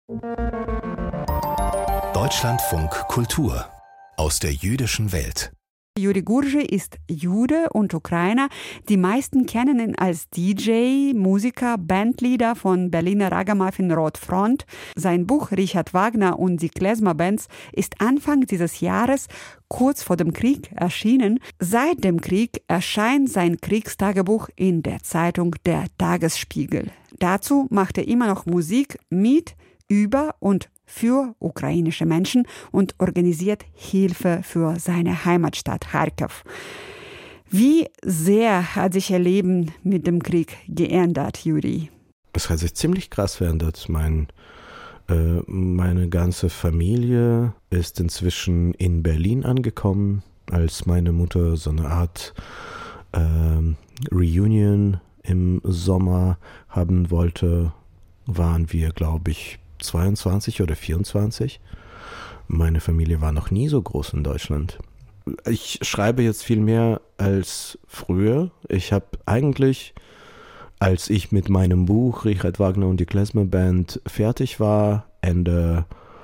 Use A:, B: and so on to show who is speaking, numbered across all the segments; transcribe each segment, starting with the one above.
A: Deutschlandfunk Kultur aus der jüdischen Welt.
B: Yuri Gurgey ist Jude und Ukrainer. Die meisten kennen ihn als DJ, Musiker, Bandleader von Berliner Ragamuffin Rotfront. Sein Buch Richard Wagner und die Klezmer-Bands ist Anfang dieses Jahres, kurz vor dem Krieg, erschienen. Seit dem Krieg erscheint sein Kriegstagebuch in der Zeitung Der Tagesspiegel. Dazu macht er immer noch Musik mit, über und für ukrainische Menschen und organisiert Hilfe für seine Heimatstadt Charkiw. Wie sehr hat sich Ihr Leben mit dem Krieg geändert, Yuri?
C: Es hat sich ziemlich krass verändert. Meine ganze Familie ist inzwischen in Berlin angekommen, als meine Mutter so eine Art Reunion im Sommer haben wollte, waren wir, glaube ich, 22 oder 24. Meine Familie war noch nie so groß in Deutschland. Ich schreibe jetzt viel mehr als früher. Ich habe eigentlich, als ich mit meinem Buch Richard Wagner und die Klezmer Band fertig war, Ende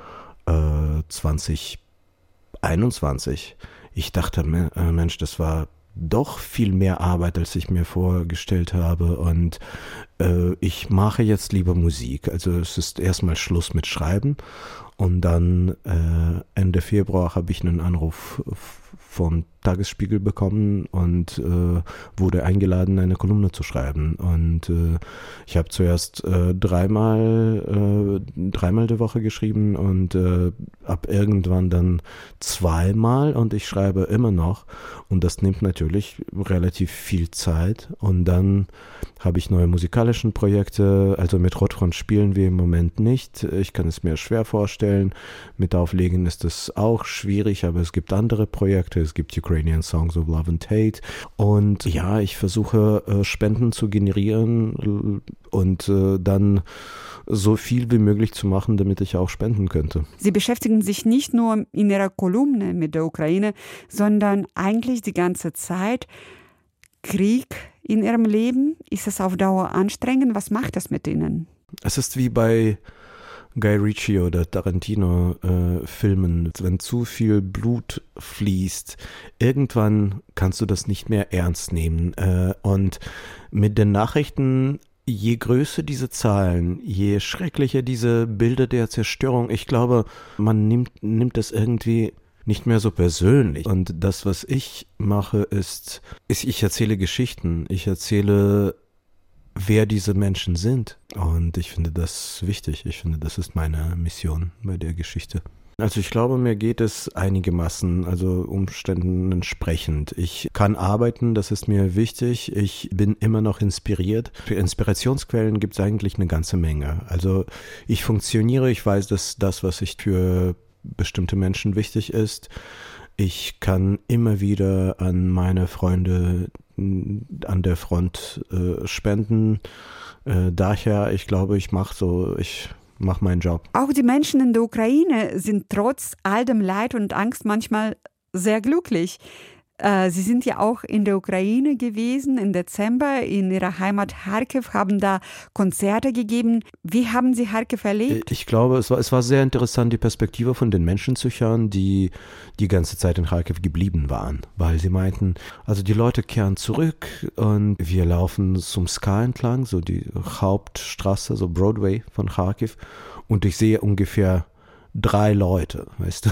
C: 2021, ich dachte, Mensch, das war doch viel mehr Arbeit, als ich mir vorgestellt habe, und ich mache jetzt lieber Musik. Also es ist erstmal Schluss mit Schreiben, und dann Ende Februar habe ich einen Anruf vom Tagesspiegel bekommen und wurde eingeladen, eine Kolumne zu schreiben. Und ich habe zuerst dreimal die Woche geschrieben und ab irgendwann dann zweimal, und ich schreibe immer noch, und das nimmt natürlich relativ viel Zeit. Und dann habe ich neue musikalische Projekte, also mit Rotfront spielen wir im Moment nicht. Ich kann es mir schwer vorstellen. Mit Auflegen ist es auch schwierig, aber es gibt andere Projekte. Es gibt Ukrainian Songs of Love and Hate. Und ja, ich versuche Spenden zu generieren und dann so viel wie möglich zu machen, damit ich auch spenden könnte.
B: Sie beschäftigen sich nicht nur in Ihrer Kolumne mit der Ukraine, sondern eigentlich die ganze Zeit. Krieg in Ihrem Leben, ist es auf Dauer anstrengend? Was macht das mit Ihnen?
C: Es ist wie bei Guy Ritchie oder Tarantino Filmen. Wenn zu viel Blut fließt, irgendwann kannst du das nicht mehr ernst nehmen. Und mit den Nachrichten, je größer diese Zahlen, je schrecklicher diese Bilder der Zerstörung, ich glaube, man nimmt das irgendwie nicht mehr so persönlich. Und das, was ich mache, ist, ich erzähle Geschichten. Ich erzähle, wer diese Menschen sind. Und ich finde das wichtig. Ich finde, das ist meine Mission bei der Geschichte. Also ich glaube, mir geht es einigermaßen, also Umständen entsprechend. Ich kann arbeiten, das ist mir wichtig. Ich bin immer noch inspiriert. Für Inspirationsquellen gibt es eigentlich eine ganze Menge. Also ich funktioniere, ich weiß, dass das, was ich für bestimmte Menschen wichtig ist. Ich kann immer wieder an meine Freunde an der Front spenden. Daher, ich glaube, ich mache meinen Job.
B: Auch die Menschen in der Ukraine sind trotz all dem Leid und Angst manchmal sehr glücklich. Sie sind ja auch in der Ukraine gewesen im Dezember, in Ihrer Heimat Charkiw, haben da Konzerte gegeben. Wie haben Sie Charkiw erlebt?
C: Ich glaube, es war sehr interessant, die Perspektive von den Menschen zu hören, die die ganze Zeit in Charkiw geblieben waren, weil sie meinten, also die Leute kehren zurück und wir laufen zum Ska entlang, so die Hauptstraße, so Broadway von Charkiw, und ich sehe ungefähr 3 Leute, weißt du,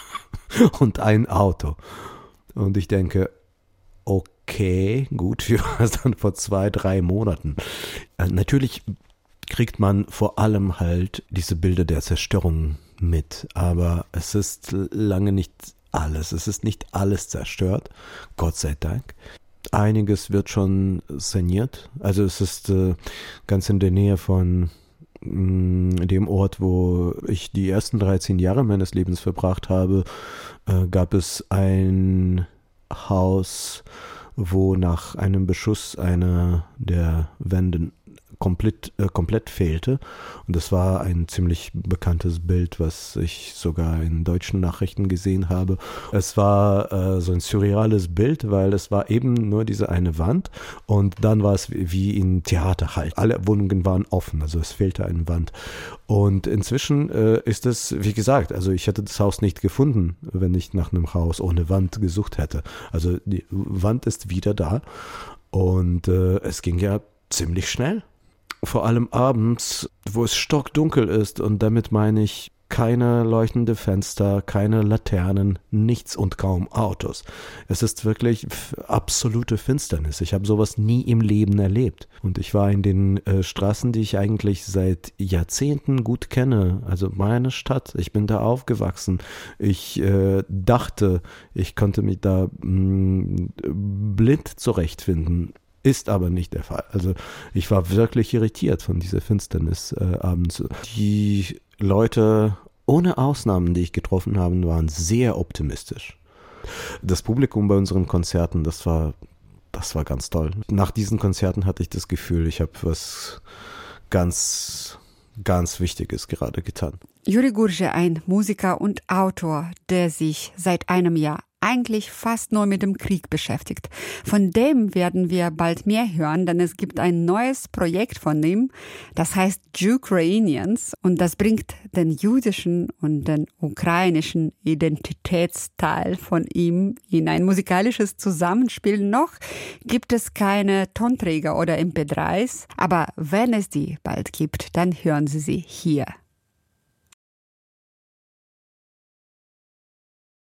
C: und ein Auto. Und ich denke, okay, gut, wir waren dann vor 2-3 Monaten. Natürlich kriegt man vor allem halt diese Bilder der Zerstörung mit, aber es ist lange nicht alles. Es ist nicht alles zerstört, Gott sei Dank. Einiges wird schon saniert. Also es ist ganz in der Nähe von dem Ort, wo ich die ersten 13 Jahre meines Lebens verbracht habe, gab es ein Haus, wo nach einem Beschuss einer der Wände komplett fehlte. Und das war ein ziemlich bekanntes Bild, was ich sogar in deutschen Nachrichten gesehen habe. Es war so ein surreales Bild, weil es war eben nur diese eine Wand und dann war es wie in Theater halt. Alle Wohnungen waren offen, also es fehlte eine Wand. Und inzwischen ist es, wie gesagt, also ich hätte das Haus nicht gefunden, wenn ich nach einem Haus ohne Wand gesucht hätte. Also die Wand ist wieder da und es ging ja ziemlich schnell. Vor allem abends, wo es stockdunkel ist, und damit meine ich keine leuchtende Fenster, keine Laternen, nichts und kaum Autos. Es ist wirklich absolute Finsternis. Ich habe sowas nie im Leben erlebt. Und ich war in den Straßen, die ich eigentlich seit Jahrzehnten gut kenne. Also meine Stadt. Ich bin da aufgewachsen. Ich dachte, ich konnte mich da blind zurechtfinden. Ist aber nicht der Fall. Also ich war wirklich irritiert von dieser Finsternis abends. Die Leute, ohne Ausnahmen, die ich getroffen habe, waren sehr optimistisch. Das Publikum bei unseren Konzerten, das war ganz toll. Nach diesen Konzerten hatte ich das Gefühl, ich habe was ganz, ganz Wichtiges gerade getan.
B: Juri Gurgė, ein Musiker und Autor, der sich seit einem Jahr eigentlich fast nur mit dem Krieg beschäftigt. Von dem werden wir bald mehr hören, denn es gibt ein neues Projekt von ihm, das heißt Ukrainians, und das bringt den jüdischen und den ukrainischen Identitätsteil von ihm in ein musikalisches Zusammenspiel. Noch gibt es keine Tonträger oder MP3s, aber wenn es die bald gibt, dann hören Sie sie hier.